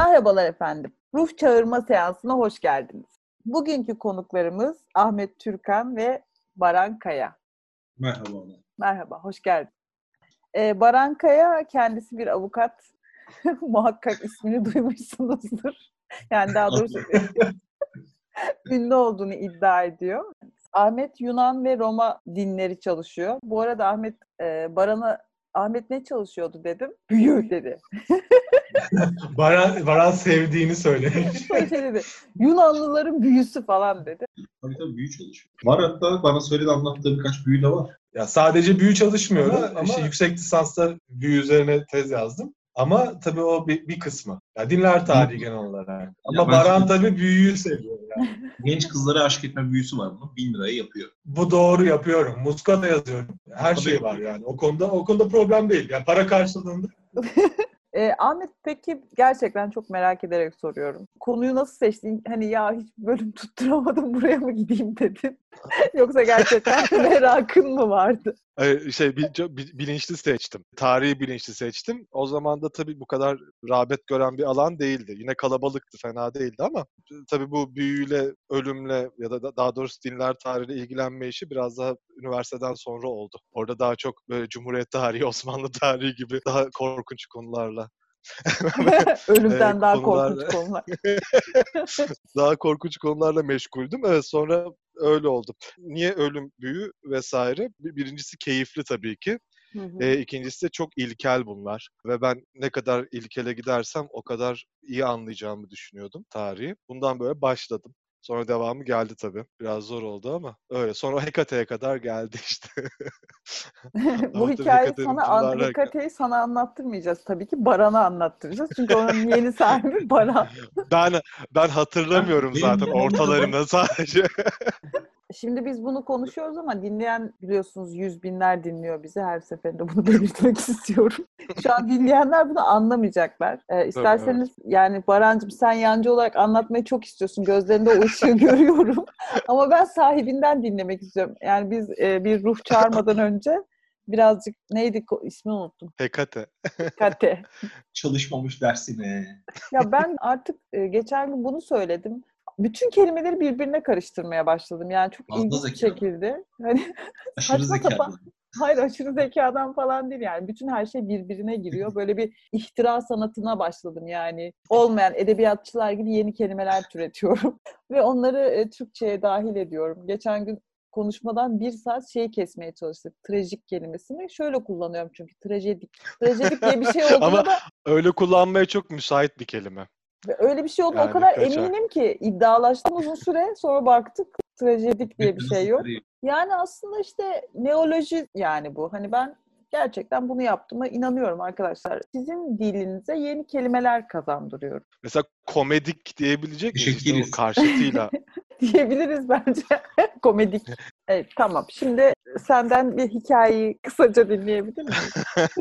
Merhabalar efendim. Ruh Çağırma Seansı'na hoş geldiniz. Bugünkü konuklarımız Ahmet Türkan ve Baran Kaya. Merhabalar. Merhaba, hoş geldin. Baran Kaya kendisi bir avukat. Muhakkak ismini duymuşsunuzdur. Yani daha doğrusu ünlü olduğunu iddia ediyor. Ahmet Yunan ve Roma dinleri çalışıyor. Bu arada Ahmet ne çalışıyordu dedim. Büyü dedi. Baran sevdiğini söylemiş. Sonra dedi. Yunanlıların büyüsü falan dedi. Tabii büyü çalışıyor. Var hatta bana söyledi anlattığı birkaç büyü de var. Ya sadece büyü çalışmıyorum. Ama İşte yüksek lisansta büyü üzerine tez yazdım. Ama tabii o bir kısmı. Ya dinler tarihi genel olarak. Ama Baran tabii büyüyü seviyor yani. Genç kızlara aşk etme büyüsü var bunun. 1000 liraya yapıyor. Bu doğru yapıyorum. Muska da yazıyorum. Her şey var yani. O konuda problem değil. Yani para karşılığında. Ahmet peki gerçekten çok merak ederek soruyorum. Konuyu nasıl seçtin? Hani ya hiç bölüm tutturamadım buraya mı gideyim dedin? Yoksa gerçekten merakın mı vardı? Bilinçli seçtim. Tarihi bilinçli seçtim. O zaman da tabii bu kadar rağbet gören bir alan değildi. Yine kalabalıktı, fena değildi ama tabii bu büyüyle, ölümle ya da daha doğrusu dinler tarihiyle ilgilenme işi biraz daha üniversiteden sonra oldu. Orada daha çok böyle Cumhuriyet tarihi, Osmanlı tarihi gibi daha korkunç konularla. Ölümden daha korkunç konular. Daha korkunç konularla meşguldüm. Evet, sonra öyle oldu. Niye ölüm, büyü vesaire? Birincisi keyifli tabii ki. İkincisi de çok ilkel bunlar. Ve ben ne kadar ilkele gidersem o kadar iyi anlayacağımı düşünüyordum tarihi. Bundan böyle başladım. Sonra devamı geldi tabii. Biraz zor oldu ama öyle. Sonra Hekate'ye kadar geldi işte. Bu hikayeyi Hekate'yi sana anlattırmayacağız tabii ki. Baran'a anlattıracağız. Çünkü onun yeni sahibi Baran. Ben hatırlamıyorum zaten ortalarında sadece. Şimdi biz bunu konuşuyoruz ama dinleyen biliyorsunuz 100 binler dinliyor bizi. Her seferinde bunu belirtmek istiyorum. Şu an dinleyenler bunu anlamayacaklar. İsterseniz yani Barancığım sen yancı olarak anlatmayı çok istiyorsun. Gözlerinde o ışığı görüyorum. Ama ben sahibinden dinlemek istiyorum. Yani biz bir ruh çağırmadan önce birazcık neydi ismini unuttum. Hekate. Çalışmamış dersine. Ya ben artık geçen gün bunu söyledim. Bütün kelimeleri birbirine karıştırmaya başladım. Yani çok ilginç bir şekilde. Hani aşırı zeka. Hayır aşırı zekadan falan değil yani. Bütün her şey birbirine giriyor. Böyle bir ihtira sanatına başladım yani. Olmayan edebiyatçılar gibi yeni kelimeler türetiyorum. Ve onları Türkçe'ye dahil ediyorum. Geçen gün konuşmadan 1 saat kesmeye çalıştık. Trajik kelimesini. Şöyle kullanıyorum çünkü trajedik. Trajedik diye bir şey olduğunda ama da... öyle kullanmaya çok müsait bir kelime. Ve öyle bir şey olduğuna o kadar eminim ki iddialaştım uzun süre. Sonra baktık trajedik diye bir şey yok. Yani aslında işte neoloji yani bu. Hani ben gerçekten bunu yaptığıma inanıyorum arkadaşlar. Sizin dilinize yeni kelimeler kazandırıyorum. Mesela komedik diyebilecek miyiz işte o Teşekkür karşıtıyla? Diyebiliriz bence. Komedik. Evet tamam. Şimdi senden bir hikayeyi kısaca dinleyebilir miyiz?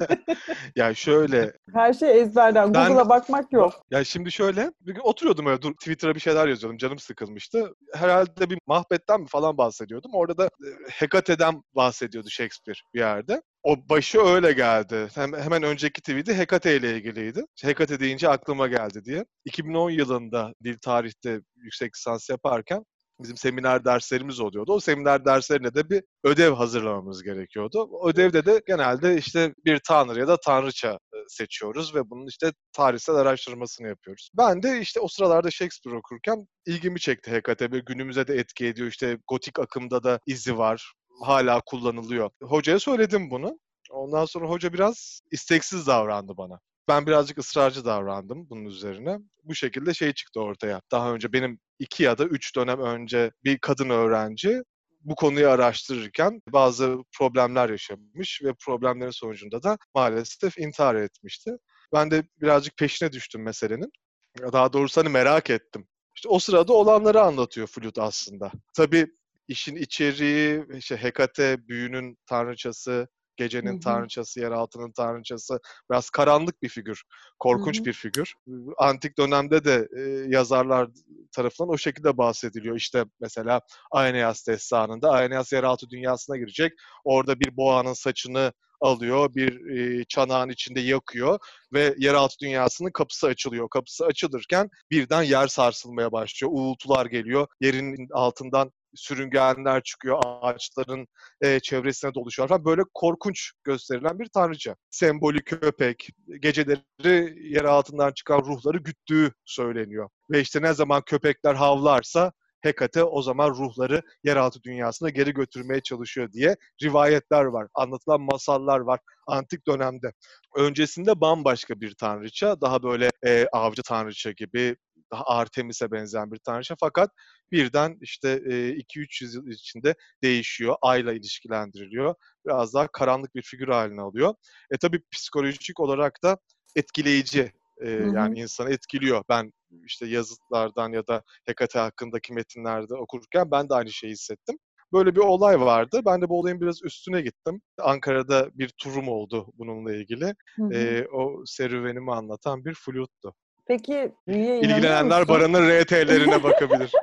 Ya şöyle. Her şey ezberden. Google'a bakmak yok. Ya şimdi şöyle. Bir gün oturuyordum öyle Twitter'a bir şeyler yazıyordum. Canım sıkılmıştı. Herhalde bir Mahbet'ten mi falan bahsediyordum. Orada da Hekate'den bahsediyordu Shakespeare bir yerde. O başı öyle geldi. Hemen önceki tweet'i Hekate ile ilgiliydi. Hekate deyince aklıma geldi diye. 2010 yılında dil tarihte yüksek lisans yaparken bizim seminer derslerimiz oluyordu. O seminer derslerine de bir ödev hazırlamamız gerekiyordu. O ödevde de genelde işte bir tanrı ya da tanrıça seçiyoruz ve bunun işte tarihsel araştırmasını yapıyoruz. Ben de işte o sıralarda Shakespeare okurken ilgimi çekti Hekate ve günümüze de etki ediyor. İşte gotik akımda da izi var. Hala kullanılıyor. Hocaya söyledim bunu. Ondan sonra hoca biraz isteksiz davrandı bana. Ben birazcık ısrarcı davrandım bunun üzerine. Bu şekilde çıktı ortaya. Daha önce benim 2 ya da 3 dönem önce bir kadın öğrenci bu konuyu araştırırken bazı problemler yaşamış ve problemlerin sonucunda da maalesef intihar etmişti. Ben de birazcık peşine düştüm meselenin. Daha doğrusu merak ettim. İşte o sırada olanları anlatıyor flüt aslında. Tabii işin içeriği, Hekate, büyünün tanrıçası, gecenin tanrıçası, yeraltının tanrıçası. Biraz karanlık bir figür, korkunç bir figür. Antik dönemde de yazarlar tarafından o şekilde bahsediliyor. İşte mesela Aeneas destanında, Aeneas yeraltı dünyasına girecek. Orada bir boğanın saçını alıyor, bir çanağın içinde yakıyor ve yeraltı dünyasının kapısı açılıyor. Kapısı açılırken birden yer sarsılmaya başlıyor. Uğultular geliyor. Yerin altından sürüngenler çıkıyor, ağaçların çevresine doluşuyor falan. Böyle korkunç gösterilen bir tanrıça. Sembolü köpek, geceleri yer altından çıkan ruhları güttüğü söyleniyor. Ve işte ne zaman köpekler havlarsa Hekate o zaman ruhları yeraltı dünyasına geri götürmeye çalışıyor diye rivayetler var. Anlatılan masallar var antik dönemde. Öncesinde bambaşka bir tanrıça, daha böyle avcı tanrıça gibi, daha Artemis'e benzeyen bir tanrıça. Fakat birden işte 200-300 yıl içinde değişiyor, ayla ilişkilendiriliyor. Biraz daha karanlık bir figür haline alıyor. Tabii psikolojik olarak da etkileyici. Yani insanı etkiliyor. Ben işte yazıtlardan ya da Hekate hakkındaki metinlerde okurken ben de aynı şeyi hissettim. Böyle bir olay vardı. Ben de bu olayın biraz üstüne gittim. Ankara'da bir turum oldu bununla ilgili. O serüvenimi anlatan bir flüttü. Peki büyüye inanıyor İlgilenenler musun? Baran'ın RT'lerine bakabilir.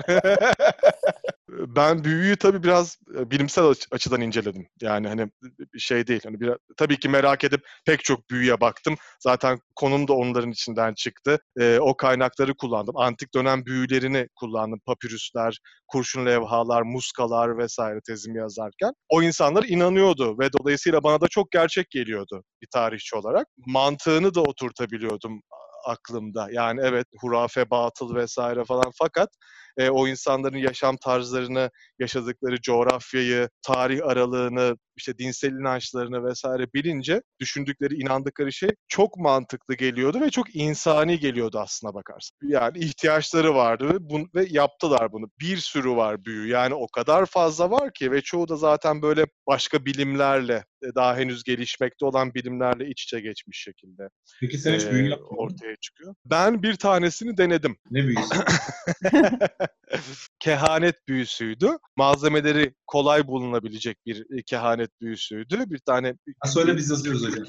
Ben büyüyü tabii biraz bilimsel açıdan inceledim. Yani hani bir şey değil. Hani tabii ki merak edip pek çok büyüye baktım. Zaten konum da onların içinden çıktı. O kaynakları kullandım. Antik dönem büyülerini kullandım. Papirüsler, kurşun levhalar, muskalar vesaire tezimi yazarken. O insanlar inanıyordu ve dolayısıyla bana da çok gerçek geliyordu bir tarihçi olarak. Mantığını da oturtabiliyordum aklımda. Yani evet, hurafe, batıl vesaire falan, fakat o insanların yaşam tarzlarını, yaşadıkları coğrafyayı, tarih aralığını, işte dinsel inançlarını vesaire bilince düşündükleri, inandıkları şey çok mantıklı geliyordu ve çok insani geliyordu aslına bakarsan. Yani ihtiyaçları vardı ve yaptılar bunu. Bir sürü var büyü. Yani o kadar fazla var ki ve çoğu da zaten böyle başka bilimlerle, daha henüz gelişmekte olan bilimlerle iç içe geçmiş şekilde Peki sen hiç büyü yaptın mı? ortaya çıkıyor. Ben bir tanesini denedim. Ne büyüsü? Kehanet büyüsüydü. Malzemeleri kolay bulunabilecek bir kehanet büyüsüydü. Bir tane... Söyle, biz yazıyoruz hocam.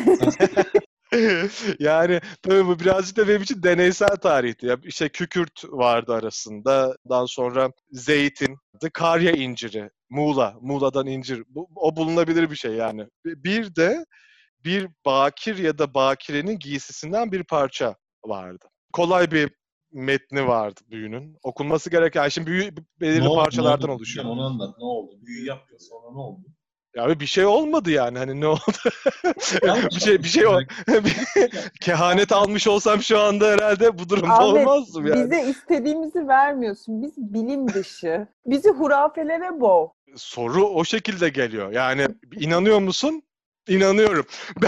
Yani tabii bu birazcık da benim için deneysel tarihti. Ya işte kükürt vardı arasında. Daha sonra zeytin, karya inciri, Muğla'dan incir. O bulunabilir bir şey yani. Bir de bir bakir ya da bakirenin giysisinden bir parça vardı. Kolay bir metni vardı büyünün. Okunması gereken, şimdi büyü belirli parçalardan oluşuyor. Hocam onu anlat. Ne oldu? Büyü yaptın, sonra ne oldu? Ya bir şey olmadı yani, hani ne oldu? bir şey kehanet almış olsam şu anda herhalde bu durumda Ahmet, olmazdım yani. bize istediğimizi vermiyorsun. Biz bilim dışı. Bizi hurafelere boğ. Soru o şekilde geliyor. Yani inanıyor musun? İnanıyorum.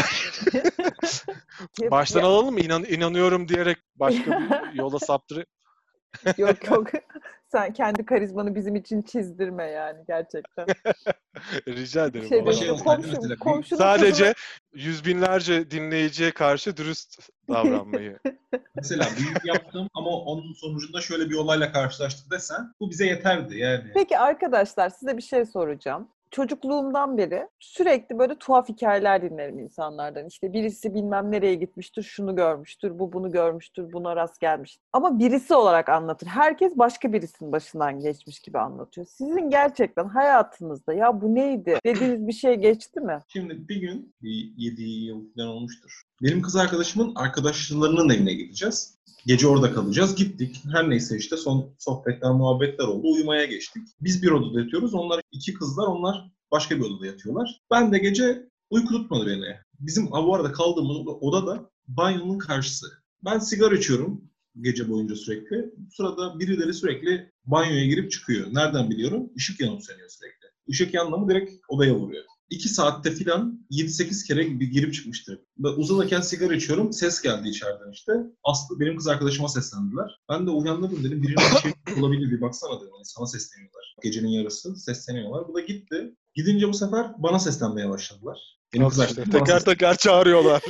Baştan alalım mı? İnanıyorum diyerek başka bir yola saptırayım. Yok. Sen kendi karizmanı bizim için çizdirme yani gerçekten. Rica ederim. Komşunun sadece yüz binlerce dinleyiciye karşı dürüst davranmayı. Mesela büyü yaptım ama onun sonucunda şöyle bir olayla karşılaştık desen, bu bize yeterdi yani. Peki arkadaşlar, size bir şey soracağım. Çocukluğumdan beri sürekli böyle tuhaf hikayeler dinlerim insanlardan. İşte birisi bilmem nereye gitmiştir, şunu görmüştür, bu bunu görmüştür, buna rast gelmiştir. Ama birisi olarak anlatır. Herkes başka birisinin başından geçmiş gibi anlatıyor. Sizin gerçekten hayatınızda ya bu neydi dediğiniz bir şey geçti mi? Şimdi bir gün, 7 yıl falan olmuştur. Benim kız arkadaşımın arkadaşlarının evine gideceğiz. Gece orada kalacağız. Gittik. Her neyse işte son sohbetler, muhabbetler oldu. Uyumaya geçtik. Biz bir odada yatıyoruz. Onlar iki kızlar, onlar başka bir odada yatıyorlar. Ben de gece uyku tutmadı beni. Bizim bu arada kaldığımız oda da banyonun karşısı. Ben sigara içiyorum gece boyunca sürekli. Bu sırada birileri sürekli banyoya girip çıkıyor. Nereden biliyorum? Işık yanıp sönüyor sürekli. Işık yanma mı direkt odaya vuruyor. 2 saatte filan 7-8 kere girip çıkmıştır. Ben uzanırken sigara içiyorum. Ses geldi içeriden işte. Aslı benim kız arkadaşıma seslendiler. Ben de uyandım dedim. Birinin bir şey olabilir, bir baksana dedim. Yani sana sesleniyorlar. Gecenin yarısı sesleniyorlar. Bu da gitti. Gidince bu sefer bana seslenmeye başladılar. Benim kız arkadaşım teker çağırıyorlar.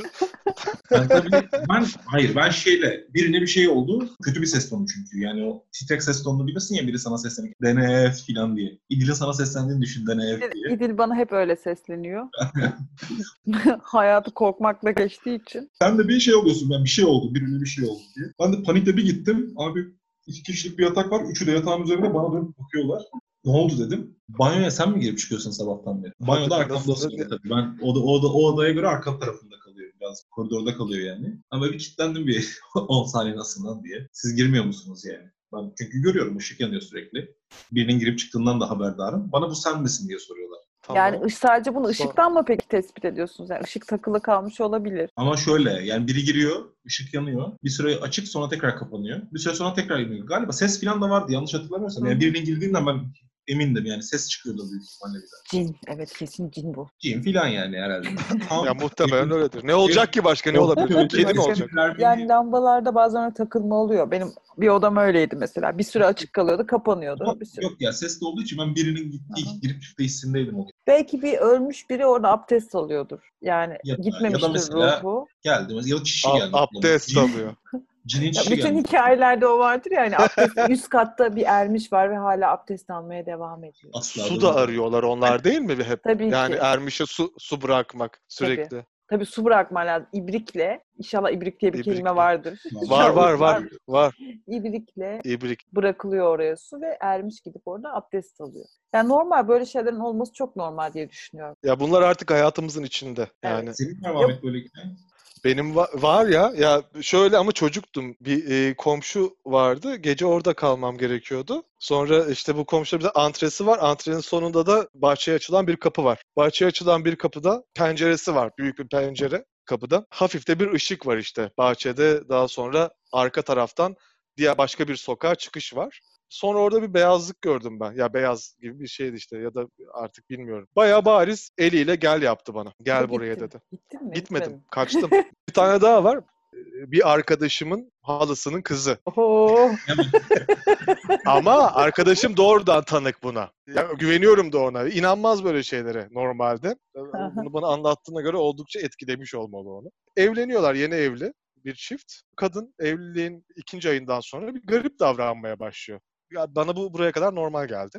Ben birine bir şey oldu. Kötü bir ses tonu çünkü. Yani o titrek ses tonunu bilirsin ya, biri sana sesleniyor. DNF falan diye. İdil'in sana seslendiğini düşün, DNF diye. İdil bana hep öyle sesleniyor. Hayatı korkmakla geçtiği için. Sen de bir şey oluyorsun, ben bir şey oldu, birine bir şey oldu diye. Ben de panikle bir gittim. Abi 2 kişilik bir yatak var. Üçü de yatağın üzerinde bana dönüp bakıyorlar. Ne oldu dedim. Banyoya sen mi girip çıkıyorsun sabahtan beri? Banyoda Hadi be, arkamda nasıl oturuyor dedi? tabii. Ben o odaya göre arka tarafında kalıyor biraz. Koridorda kalıyor yani. Ama bir kilitlendim bir 10 saniye nasıl lan diye. Siz girmiyor musunuz yani? Ben çünkü görüyorum ışık yanıyor sürekli. Birinin girip çıktığından da haberdarım. Bana bu sen misin diye soruyorlar. Yani Tamam. sadece bunu Son- ışıktan mı peki tespit ediyorsunuz? Yani ışık takılı kalmış olabilir. Ama şöyle yani biri giriyor, ışık yanıyor. Bir süre açık sonra tekrar kapanıyor. Bir süre sonra tekrar yanıyor. Galiba ses falan da vardı yanlış hatırlamıyorsam. Hı Yani hı. birinin girdiğinden ben emindim yani ses çıkıyordu büyük ihtimalle bir de. Cin. Evet, kesin cin bu. Kim filan yani herhalde. Tamam. Ya muhtemelen öyledir. Ne olacak ki başka? Ne olabilir? Kedi mi olacak? Yani lambalarda bazen öyle takılma oluyor. Benim bir odam öyleydi mesela. Bir süre açık kalıyordu, kapanıyordu. Bir süre. Yok ya ses de olduğu için ben birinin gittiği Aha. girip çıktığı hissindeydim o gün. Belki bir ölmüş biri orada abdest alıyordur. Yani Ya da gitmemiştir mesela ruhu. geldi ya da kişi geldi. Abdest alıyor. Cinin Ya çişi bütün geldi. hikayelerde o vardır ya, hani abdest, üst katta bir ermiş var ve hala abdest almaya devam ediyor. Asla Su da duymadım. arıyorlar onlar değil mi hep? Tabii Yani ki. ermişe su bırakmak sürekli. Tabii su bırakma lazım. İbrikle. İnşallah ibrik diye bir kelime İbrikle. vardır. Var. İbrikle İbrik. bırakılıyor oraya su ve ermiş gidip orada abdest alıyor. Yani normal, böyle şeylerin olması çok normal diye düşünüyorum. Ya bunlar artık hayatımızın içinde. Yani Evet. Senin var mı Yok. Ahmet böyle hikaye? benim var ya şöyle ama çocuktum. Bir komşu vardı. Gece orada kalmam gerekiyordu. Sonra işte bu komşuda bir de antresi var. Antrenin sonunda da bahçeye açılan bir kapı var. Bahçeye açılan bir kapıda penceresi var. Büyük bir pencere kapıda. Hafif de bir ışık var işte bahçede. Daha sonra arka taraftan diğer başka bir sokağa çıkış var. Sonra orada bir beyazlık gördüm ben. Ya beyaz gibi bir şeydi işte ya da artık bilmiyorum. Bayağı bariz eliyle gel yaptı bana. Gel buraya Gittin. dedi. Gittin mi? Gitmedim. Gitmedin. Kaçtım. Bir tane daha var. Bir arkadaşımın halasının kızı. Oho. Ama arkadaşım doğrudan tanık buna. Ya, güveniyorum da ona. İnanmaz böyle şeylere normalde. Bunu bana anlattığına göre oldukça etkilemiş olmalı onu. Evleniyorlar, yeni evli bir çift. Kadın evliliğin 2. ayından sonra bir garip davranmaya başlıyor. Ya bana bu buraya kadar normal geldi.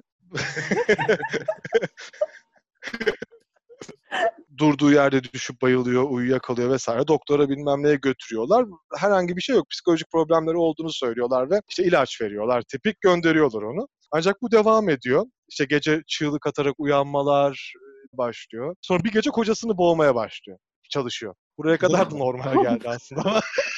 Durduğu yerde düşüp bayılıyor, uyuyakalıyor vesaire. Doktora bilmem neye götürüyorlar. Herhangi bir şey yok. Psikolojik problemleri olduğunu söylüyorlar ve işte ilaç veriyorlar. Tipik gönderiyorlar onu. Ancak bu devam ediyor. İşte gece çığlık atarak uyanmalar başlıyor. Sonra bir gece kocasını boğmaya başlıyor. Çalışıyor. Buraya kadar da normal geldi aslında ama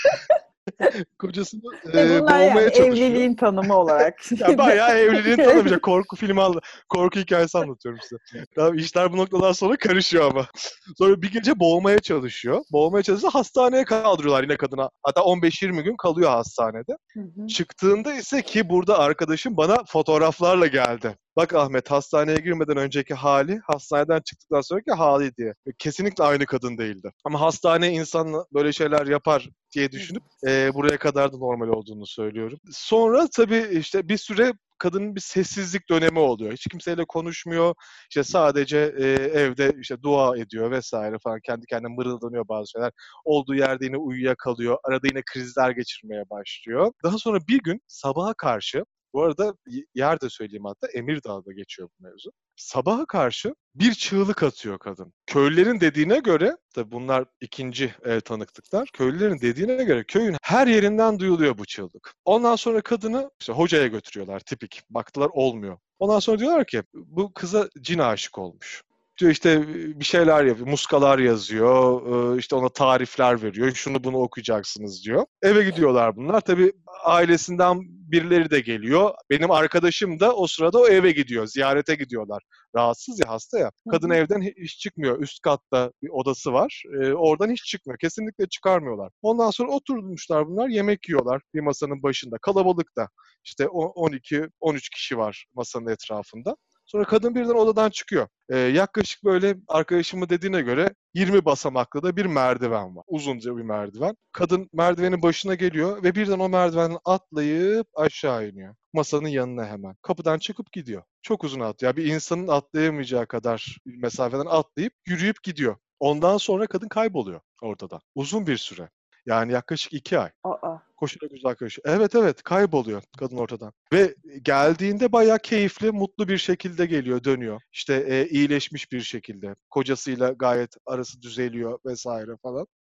kocasını Bunlar yani boğmaya çalışıyor. evliliğin tanımı olarak. Ya bayağı evliliğin tanımayacak. Korku filmi, korku hikayesi anlatıyorum size. Tamam, işler bu noktadan sonra karışıyor ama. Sonra bir gece boğmaya çalışıyor. Boğmaya çalışınca hastaneye kaldırıyorlar yine kadına. Hatta 15-20 gün kalıyor hastanede. Çıktığında ise ki burada arkadaşım bana fotoğraflarla geldi. Bak Ahmet, hastaneye girmeden önceki hali, hastaneden çıktıktan sonraki hali diye. Kesinlikle aynı kadın değildi. Ama hastane insanla böyle şeyler yapar diye düşünüp buraya kadar da normal olduğunu söylüyorum. Sonra tabii işte bir süre kadının bir sessizlik dönemi oluyor. Hiç kimseyle konuşmuyor. İşte sadece evde işte dua ediyor vesaire falan. Kendi kendine mırıldanıyor bazı şeyler. Olduğu yerde yine uyuyakalıyor. Arada yine krizler geçirmeye başlıyor. Daha sonra bir gün sabaha karşı, bu arada yer de söyleyeyim, hatta Emirdağ'da geçiyor bu mevzu. Sabaha karşı bir çığlık atıyor kadın. Köylülerin dediğine göre, tabii bunlar ikinci tanıklıklar, köylülerin dediğine göre köyün her yerinden duyuluyor bu çığlık. Ondan sonra kadını işte hocaya götürüyorlar, tipik. Baktılar olmuyor. Ondan sonra diyorlar ki bu kıza cin aşık olmuş. Diyor işte bir şeyler yapıyor, muskalar yazıyor, işte ona tarifler veriyor, şunu bunu okuyacaksınız diyor. Eve gidiyorlar bunlar. Tabii ailesinden birileri de geliyor. Benim arkadaşım da o sırada o eve gidiyor, ziyarete gidiyorlar. Rahatsız ya, hasta ya. Kadın evden hiç çıkmıyor. Üst katta bir odası var. Oradan hiç çıkmıyor. Kesinlikle çıkarmıyorlar. Ondan sonra oturmuşlar bunlar, yemek yiyorlar bir masanın başında. Kalabalık da. İşte 12-13 kişi var masanın etrafında. Sonra kadın birden odadan çıkıyor. Yaklaşık böyle arkadaşımın dediğine göre 20 basamaklı da bir merdiven var. Uzunca bir merdiven. Kadın merdivenin başına geliyor ve birden o merdivenden atlayıp aşağı iniyor. Masanın yanına hemen. Kapıdan çıkıp gidiyor. Çok uzun atlıyor. Yani bir insanın atlayamayacağı kadar mesafeden atlayıp yürüyüp gidiyor. Ondan sonra kadın kayboluyor ortada. Uzun bir süre. Yani yaklaşık 2 ay. Aa. Koşarak uzaklaşıyor. Evet, kayboluyor kadın ortadan. Ve geldiğinde bayağı keyifli, mutlu bir şekilde geliyor, dönüyor. İşte iyileşmiş bir şekilde. Kocasıyla gayet arası düzeliyor vesaire falan.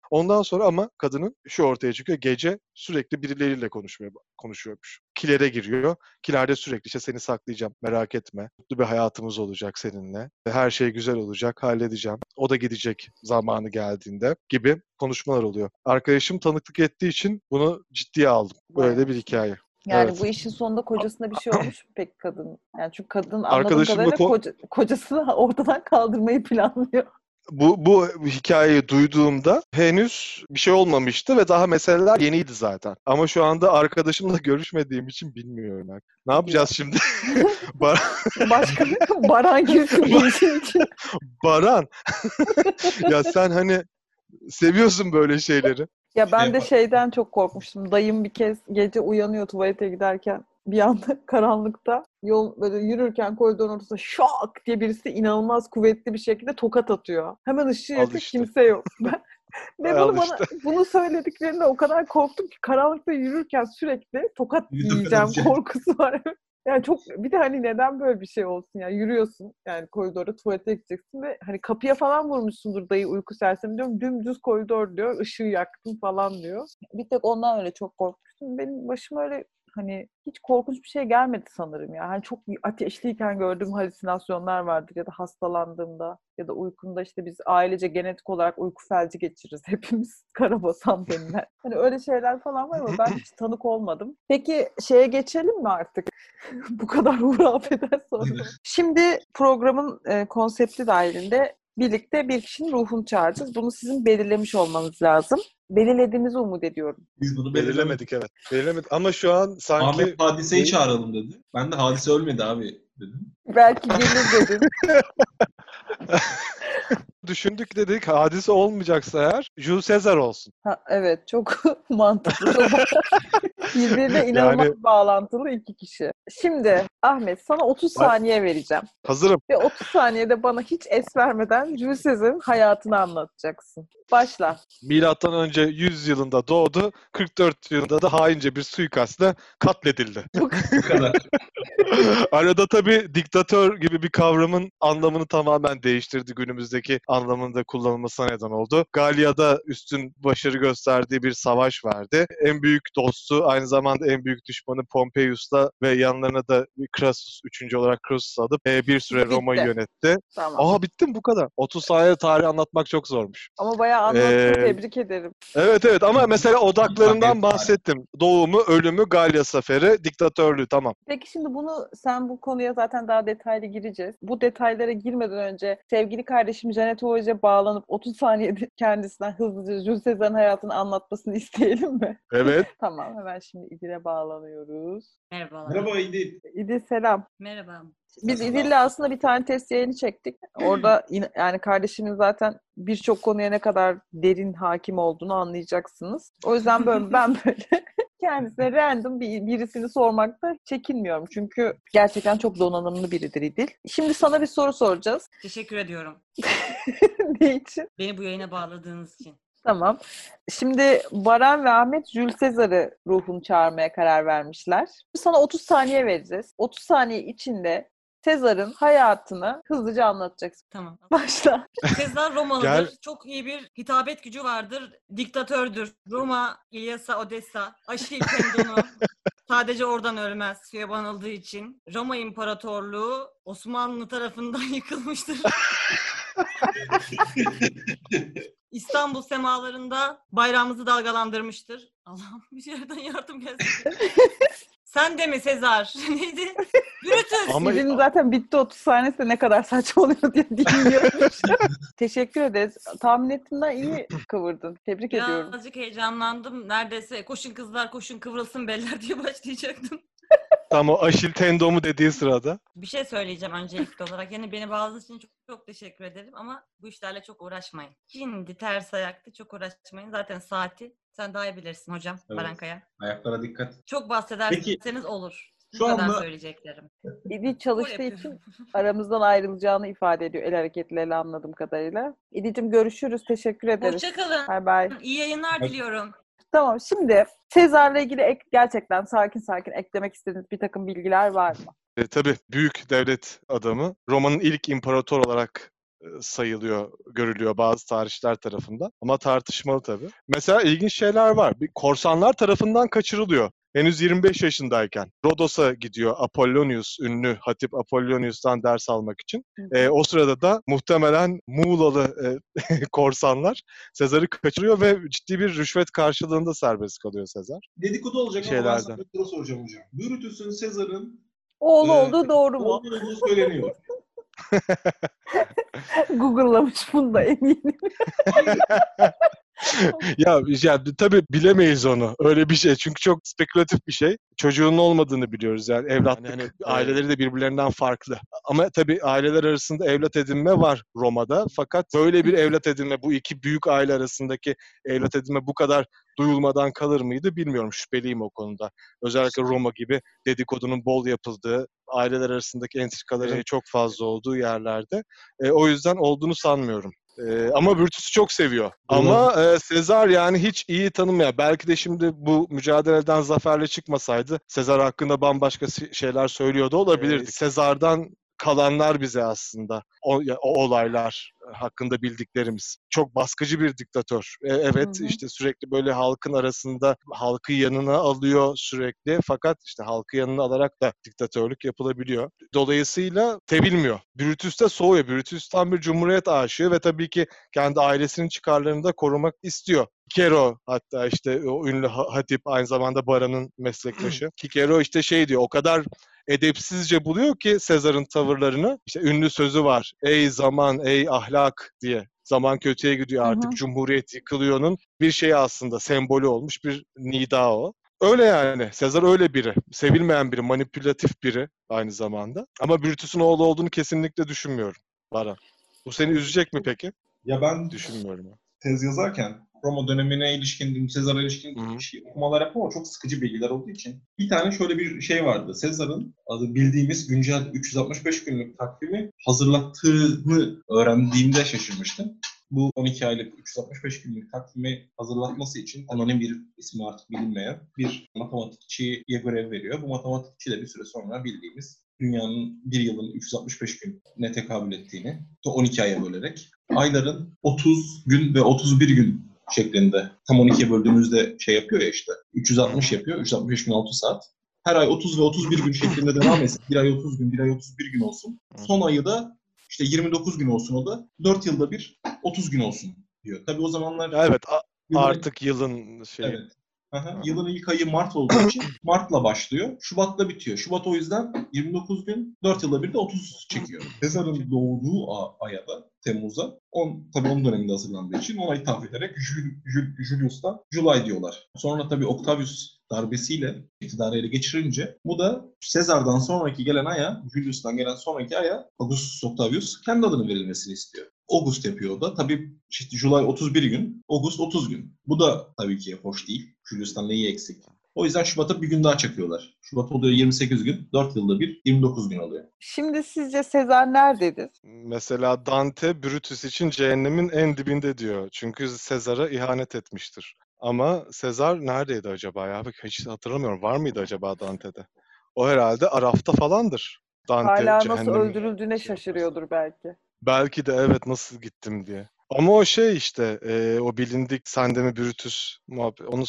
Ondan sonra ama kadının şu ortaya çıkıyor. Gece sürekli birileriyle konuşuyormuş. Kilere giriyor. Kilerde sürekli işte seni saklayacağım, merak etme. Mutlu bir hayatımız olacak seninle. Her şey güzel olacak, halledeceğim. O da gidecek zamanı geldiğinde gibi konuşmalar oluyor. Arkadaşım tanıklık ettiği için bunu ciddiye aldım. Böyle de bir hikaye. Yani Evet. bu işin sonunda kocasına bir şey olmuş mu peki kadın? Yani çünkü kadın anladığım Arkadaşımla kadarıyla kocasını ortadan kaldırmayı planlıyor. Bu hikayeyi duyduğumda henüz bir şey olmamıştı ve daha meseleler yeniydi zaten. Ama şu anda arkadaşımla görüşmediğim için bilmiyorum. Ne yapacağız şimdi? Başka Baran girsin bu işin için. Baran. Ya sen hani seviyorsun böyle şeyleri. Ya ben de şeyden çok korkmuştum. Dayım bir kez gece uyanıyor tuvalete giderken. Bir anda karanlıkta yol böyle yürürken koridorun ortasında şak diye birisi inanılmaz kuvvetli bir şekilde tokat atıyor. Hemen ışığı Al yakıyor, işte. kimse yok. Ve Al bunu işte. bunu söylediklerinde o kadar korktum ki karanlıkta yürürken sürekli tokat yiyeceğim atacak. korkusu var. Yani çok bir de hani neden böyle bir şey olsun yani yürüyorsun yani koridorda tuvalete gideceksin ve hani kapıya falan vurmuşsundur dayı uyku sersemi diyorum dümdüz koridor diyor ışığı yaktım falan diyor. Bir tek ondan öyle çok korkmuştum. Benim başıma öyle hani hiç korkunç bir şey gelmedi sanırım ya. Hani çok ateşliyken gördüğüm halüsinasyonlar vardır ya da hastalandığımda ya da uykumda işte biz ailece genetik olarak uyku felci geçiririz hepimiz. Karabasan denilen. Hani öyle şeyler falan var ama ben hiç tanık olmadım. Peki şeye geçelim mi artık? Bu kadar hurafeden sonra. Şimdi programın konsepti dahilinde birlikte bir kişinin ruhunu çağıracağız. Bunu sizin belirlemiş olmanız lazım. Belirlediğinizi umut ediyorum. Biz bunu belirlemedik. Belirlemedik evet. Belirlemedik ama şu an sanki... Ahmet Hadise'yi çağıralım dedi. Ben de Hadise ölmedi abi dedim. Belki gelir dedim. Düşündük dedik hadise olmayacaksa eğer Jules Caesar olsun. Ha, evet çok mantıklı. Çok birbirine inanılmaz Yani- bağlantılı iki kişi. Şimdi Ahmet sana 30 saniye vereceğim. Hazırım. Ve 30 saniyede bana hiç es vermeden Jules Caesar'ın hayatını anlatacaksın. Başla. Milattan önce 100 yılında doğdu. 44 yılında da haince bir suikastla katledildi. Bu kadar. Arada tabii diktatör gibi bir kavramın anlamını tamamen değiştirdi. Günümüzdeki anlamında kullanılmasına neden oldu. Galya'da üstün başarı gösterdiği bir savaş verdi. En büyük dostu, aynı zamanda en büyük düşmanı Pompeius'la ve yanlarına da Crassus, 3. olarak Crassus adı bir süre Bitti. Roma'yı yönetti. Tamam. Bitti mi bu kadar? 30 saniye tarih anlatmak çok zormuş. Ama bayağı anlattın. Tebrik ederim. Evet ama mesela odaklarından Evet. bahsettim. Doğumu, ölümü, Galya Seferi, diktatörlüğü tamam. Peki şimdi sen bu konuya zaten daha detaylı gireceğiz. Bu detaylara girmeden önce sevgili kardeşim Janet Hoca'ya bağlanıp 30 saniyede kendisinden hızlıca Jules Caesar'ın hayatını anlatmasını isteyelim mi? Evet. Tamam hemen şimdi İdil'e bağlanıyoruz. Merhabalar. Merhaba İdil. İdil selam. Merhaba. Biz Selam. İdil'le aslında bir tane test yayını çektik. Orada yani kardeşimin zaten birçok konuya ne kadar derin hakim olduğunu anlayacaksınız. O yüzden ben böyle kendisine random birisini sormakta çekinmiyorum. Çünkü gerçekten çok donanımlı biridir İdil. Şimdi sana bir soru soracağız. Teşekkür ediyorum. Ne için? Beni bu yayına bağladığınız için. Tamam. Şimdi Baran ve Ahmet Jules Caesar'ı ruhunu çağırmaya karar vermişler. Sana 30 saniye vereceğiz. 30 saniye içinde Sezar'ın hayatını hızlıca anlatacaksın. Tamam. Başla. Sezar Romalıdır. Gel. Çok iyi bir hitabet gücü vardır. Diktatördür. Roma, İlyasa, Odessa, Aşil tendonu. Sadece oradan ölmez suya banıldığı için. Roma İmparatorluğu Osmanlı tarafından yıkılmıştır. İstanbul semalarında bayrağımızı dalgalandırmıştır. Allah'ım bir yerden yardım gelsin. Sen de mi Sezar? Neydi? Brutus. Ama İdil'in zaten bitti 30 saniyesi de ne kadar saçma oluyor diye dinliyormuş. Teşekkür ederiz. Tahmin ettiğimden iyi kıvırdın. Tebrik ediyorum. Birazcık heyecanlandım. Neredeyse koşun kızlar koşun kıvrılsın beller diye başlayacaktım. tam o Aşil tendomu dediği sırada. Bir şey söyleyeceğim öncelikli olarak. Yani beni bağladığınız için çok, çok teşekkür ederim ama bu işlerle çok uğraşmayın. Şimdi ters ayakta çok uğraşmayın. Zaten saati sen daha iyi bilirsin hocam. Evet. Barankaya. Ayaklara dikkat. Çok bahsederseniz olur. Bu Şu kadar anda- söyleyeceklerim. İdil O çalıştığı yapıyor. için aramızdan ayrılacağını ifade ediyor el hareketleriyle anladığım kadarıyla. İdil'cim görüşürüz. Teşekkür ederiz. Hoşçakalın. Bye bye. İyi yayınlar Bye. diliyorum. Tamam şimdi Sezar'la ilgili gerçekten sakin sakin eklemek istediğiniz bir takım bilgiler var mı? Tabii büyük devlet adamı. Roma'nın ilk imparator olarak sayılıyor, görülüyor bazı tarihçiler tarafından. Ama tartışmalı tabii. Mesela ilginç şeyler var. Bir korsanlar tarafından kaçırılıyor. Henüz 25 yaşındayken Rodos'a gidiyor Apollonius, ünlü Hatip Apollonius'tan ders almak için. O sırada da muhtemelen Muğlalı korsanlar Sezar'ı kaçırıyor ve ciddi bir rüşvet karşılığında serbest kalıyor Sezar. Dedikodu olacak ama ben Şeylerden. sana bir soru soracağım hocam. Brutus'un Sezar'ın Oğlu olduğu doğru mu? oğlu olduğu söyleniyor. Google'lamış bunu da eminim. ya tabii bilemeyiz onu. Öyle bir şey. Çünkü çok spekülatif bir şey. Çocuğunun olmadığını biliyoruz yani. Evlatlık hani aileleri de birbirlerinden farklı. Ama tabii aileler arasında evlat edinme var Roma'da. Fakat böyle bir evlat edinme, bu iki büyük aile arasındaki evlat edinme bu kadar duyulmadan kalır mıydı bilmiyorum. Şüpheliyim o konuda. Özellikle Roma gibi dedikodunun bol yapıldığı, aileler arasındaki entrikaların çok fazla olduğu yerlerde. O yüzden olduğunu sanmıyorum. Ama Brutus'u çok seviyor. Ama Sezar yani hiç iyi tanımıyor. Belki de şimdi bu mücadeleden zaferle çıkmasaydı Sezar hakkında bambaşka şeyler söylüyordu olabilirdik. Sezar'dan kalanlar bize aslında o olaylar hakkında bildiklerimiz. Çok baskıcı bir diktatör. Evet, işte sürekli böyle halkın arasında halkı yanına alıyor sürekli, fakat işte halkı yanına alarak da diktatörlük yapılabiliyor. Dolayısıyla sevilmiyor. Brutus da soğuyor. Brutus tam bir cumhuriyet aşığı ve tabii ki kendi ailesinin çıkarlarını da korumak istiyor. Kikero, hatta işte o ünlü hatip, aynı zamanda Baran'ın meslektaşı. Kikero işte şey diyor, o kadar edepsizce buluyor ki Sezar'ın tavırlarını. İşte ünlü sözü var. Ey zaman, ey ahlak diye. Zaman kötüye gidiyor artık, cumhuriyet yıkılıyor'nun bir şeyi aslında, sembolü olmuş bir nida o. Öyle yani. Sezar öyle biri. Sevilmeyen biri, manipülatif biri aynı zamanda. Ama Brutus'un oğlu olduğunu kesinlikle düşünmüyorum Baran. Bu seni üzecek mi peki? Ya ben düşünmüyorum. Tez yazarken Roma dönemine ilişkin, Sezar'a ilişkin okumalar yapmam ama çok sıkıcı bilgiler olduğu için. Bir tane şöyle bir şey vardı. Sezar'ın bildiğimiz güncel 365 günlük takvimi hazırlattığını öğrendiğimde şaşırmıştım. Bu 12 aylık 365 günlük takvimi hazırlatması için anonim bir ismi artık bilinmeyen bir matematikçiye görev veriyor. Bu matematikçi de bir süre sonra bildiğimiz dünyanın bir yılın 365 güne tekabül ettiğini 12 aya bölerek ayların 30 gün ve 31 gün şeklinde tam 12'ye böldüğümüzde şey yapıyor ya işte 360 yapıyor. 365 gün 6 saat. Her ay 30 ve 31 gün şeklinde devam etsin. Bir ay 30 gün, bir ay 31 gün olsun. Son ayı da işte 29 gün olsun o da. 4 yılda bir 30 gün olsun diyor. Tabii o zamanlar... Evet, artık yılın şeyi. Evet. Yılın ilk ayı Mart olduğu için Mart'la başlıyor. Şubat'la bitiyor. Şubat o yüzden 29 gün, 4 yılda bir de 30 çekiyor. Sezar'ın doğduğu aya da Temmuz'a, tabii onun döneminde hazırlandığı için ona ithaf ederek Julius'tan July diyorlar. Sonra tabii Octavius darbesiyle iktidarı ele geçirince bu da Sezar'dan sonraki gelen aya, Julius'tan gelen sonraki aya Augustus Octavius kendi adının verilmesini istiyor. August yapıyor o da. Tabii işte July 31 gün, August 30 gün. Bu da tabii ki hoş değil. Julius'tan neyi eksik? O yüzden Şubat'a bir gün daha çakıyorlar. Şubat oluyor 28 gün, 4 yılda bir 29 gün oluyor. Şimdi sizce Sezar nerededir? Mesela Dante Brutus için cehennemin en dibinde diyor. Çünkü Sezar'a ihanet etmiştir. Ama Sezar neredeydi acaba ya? Hiç hatırlamıyorum. Var mıydı acaba Dante'de? O herhalde Araf'ta falandır. Dante Hala nasıl öldürüldüğüne şaşırıyordur belki. Belki de evet, nasıl gittim diye. Ama o şey işte o bilindik sen de mi Brutus muhabbet. Onu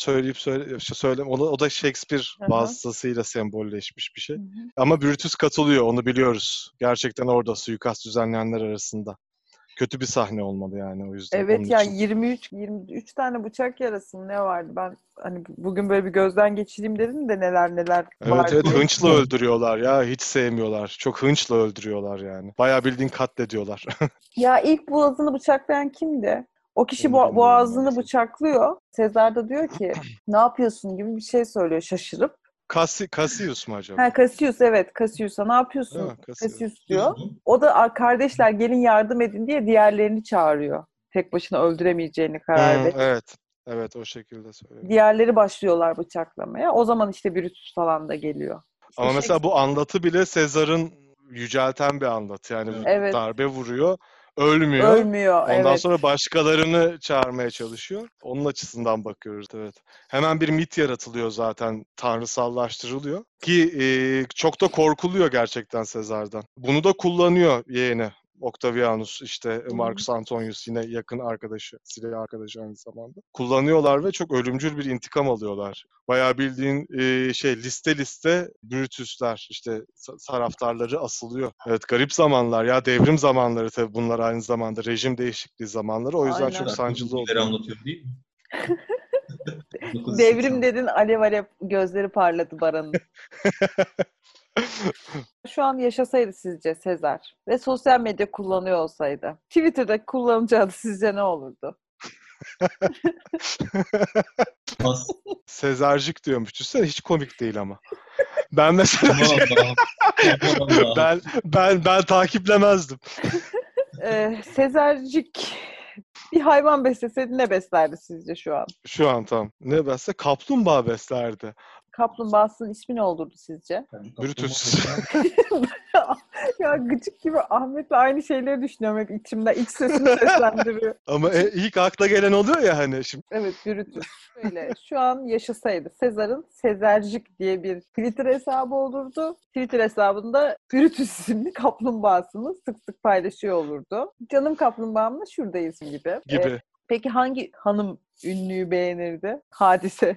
söyle o da Shakespeare vasıtasıyla sembolleşmiş bir şey. Ama Brutus katılıyor, onu biliyoruz. Gerçekten orada suikast düzenleyenler arasında. Kötü bir sahne olmalı yani o yüzden. Evet ya, 23 tane bıçak yarası mı ne vardı? Ben hani bugün böyle bir gözden geçireyim dedim de neler vardı. Evet, hınçla öldürüyorlar ya, hiç sevmiyorlar. Çok hınçla öldürüyorlar yani. Bayağı bildiğin katlediyorlar. Ya ilk boğazını bıçaklayan kimdi? O kişi boğazını bıçaklıyor. Sezar da diyor ki ne yapıyorsun gibi bir şey söylüyor şaşırıp. Cassius mu acaba? Cassius, evet. Cassius'a ne yapıyorsun? Cassius diyor. O da kardeşler gelin yardım edin diye diğerlerini çağırıyor. Tek başına öldüremeyeceğini karar veriyor. Evet, o şekilde söylüyor. Diğerleri başlıyorlar bıçaklamaya. O zaman işte Brutus falan da geliyor. İşte ama mesela bu anlatı bile Sezar'ın yücelten bir anlatı. Yani darbe vuruyor. Ölmüyor. Ondan sonra başkalarını çağırmaya çalışıyor. Onun açısından bakıyoruz, evet. Hemen bir mit yaratılıyor zaten. Tanrısallaştırılıyor. Ki çok da korkuluyor gerçekten Sezar'dan. Bunu da kullanıyor yeğeni. Octavianus, işte Marcus Antonius yine yakın arkadaşı, Sirius arkadaşı aynı zamanda. Kullanıyorlar ve çok ölümcül bir intikam alıyorlar. Bayağı bildiğin liste Brutus'lar, işte taraftarları asılıyor. Evet, garip zamanlar ya, devrim zamanları tabii bunlar, aynı zamanda rejim değişikliği zamanları. O yüzden Aynen. çok sancılı Bilgileri oluyor. anlatıyor değil mi? Devrim dedin, alev alev gözleri parladı Baran'ın. Şu an yaşasaydı sizce Sezar ve sosyal medya kullanıyor olsaydı, Twitter'da kullanıcı adı sizce ne olurdu? Pas. Sezarcık diyormuş. Düşünsene, hiç komik değil ama. Ben mesela Aman Allah'ım. Aman Allah'ım. ben takiplemezdim. Sezarcık bir hayvan besleseydi ne beslerdi sizce şu an? Şu an tam. Ne besle? Kaplumbağa beslerdi. Kaplumbağasının ismi ne olurdu sizce? Brutus. Ya gıcık gibi Ahmet'le aynı şeyleri düşünüyorum hep içimde. İç sesini seslendiriyor. Ama ilk akla gelen oluyor ya hani şimdi. Evet, Brutus. Öyle. Şu an yaşasaydı Sezar'ın Sezarcık diye bir Twitter hesabı olurdu. Twitter hesabında Brutus isimli kaplumbağasını sık sık paylaşıyor olurdu. Canım kaplumbağamla şuradayız gibi. Peki hangi hanım ünlüyü beğenirdi? Hadise.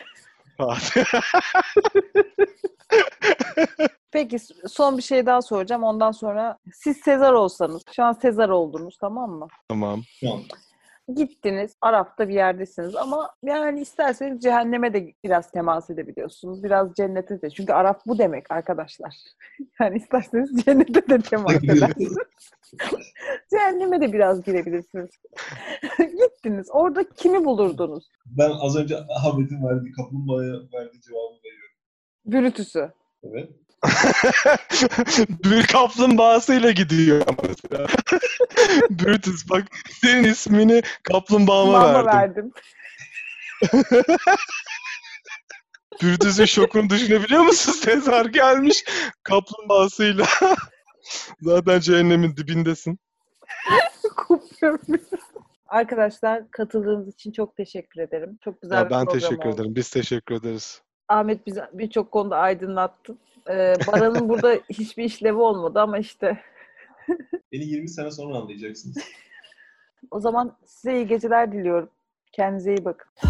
Peki son bir şey daha soracağım. Ondan sonra siz Sezar olsanız, şu an Sezar oldunuz, tamam mı? Tamam. Gittiniz, Araf'ta bir yerdesiniz ama yani isterseniz cehenneme de biraz temas edebiliyorsunuz. Biraz cennete de. Çünkü Araf bu demek arkadaşlar. Yani isterseniz cennete de temas edersiniz. Cehenneme de biraz girebilirsiniz. Gittiniz. Orada kimi bulurdunuz? Ben az önce Ahmet'in verdiği kaplumbağaya verdiği cevabı veriyorum. Brutus'u. Evet. Bir kaplumbağasıyla gidiyor mesela. Brutus, bak senin ismini kaplumbağama verdim. Brutus'un şokunu düşünebiliyor musun? Sezar gelmiş kaplumbağasıyla. Zaten cehennemin dibindesin. Kopuyorum. Arkadaşlar, katıldığınız için çok teşekkür ederim. Çok güzel bir Ben program teşekkür oldu. ederim. Biz teşekkür ederiz. Ahmet bizi birçok konuda aydınlattı. Baran'ın burada hiçbir işlevi olmadı ama işte. Beni 20 sene sonra anlayacaksınız. O zaman size iyi geceler diliyorum. Kendinize iyi bakın.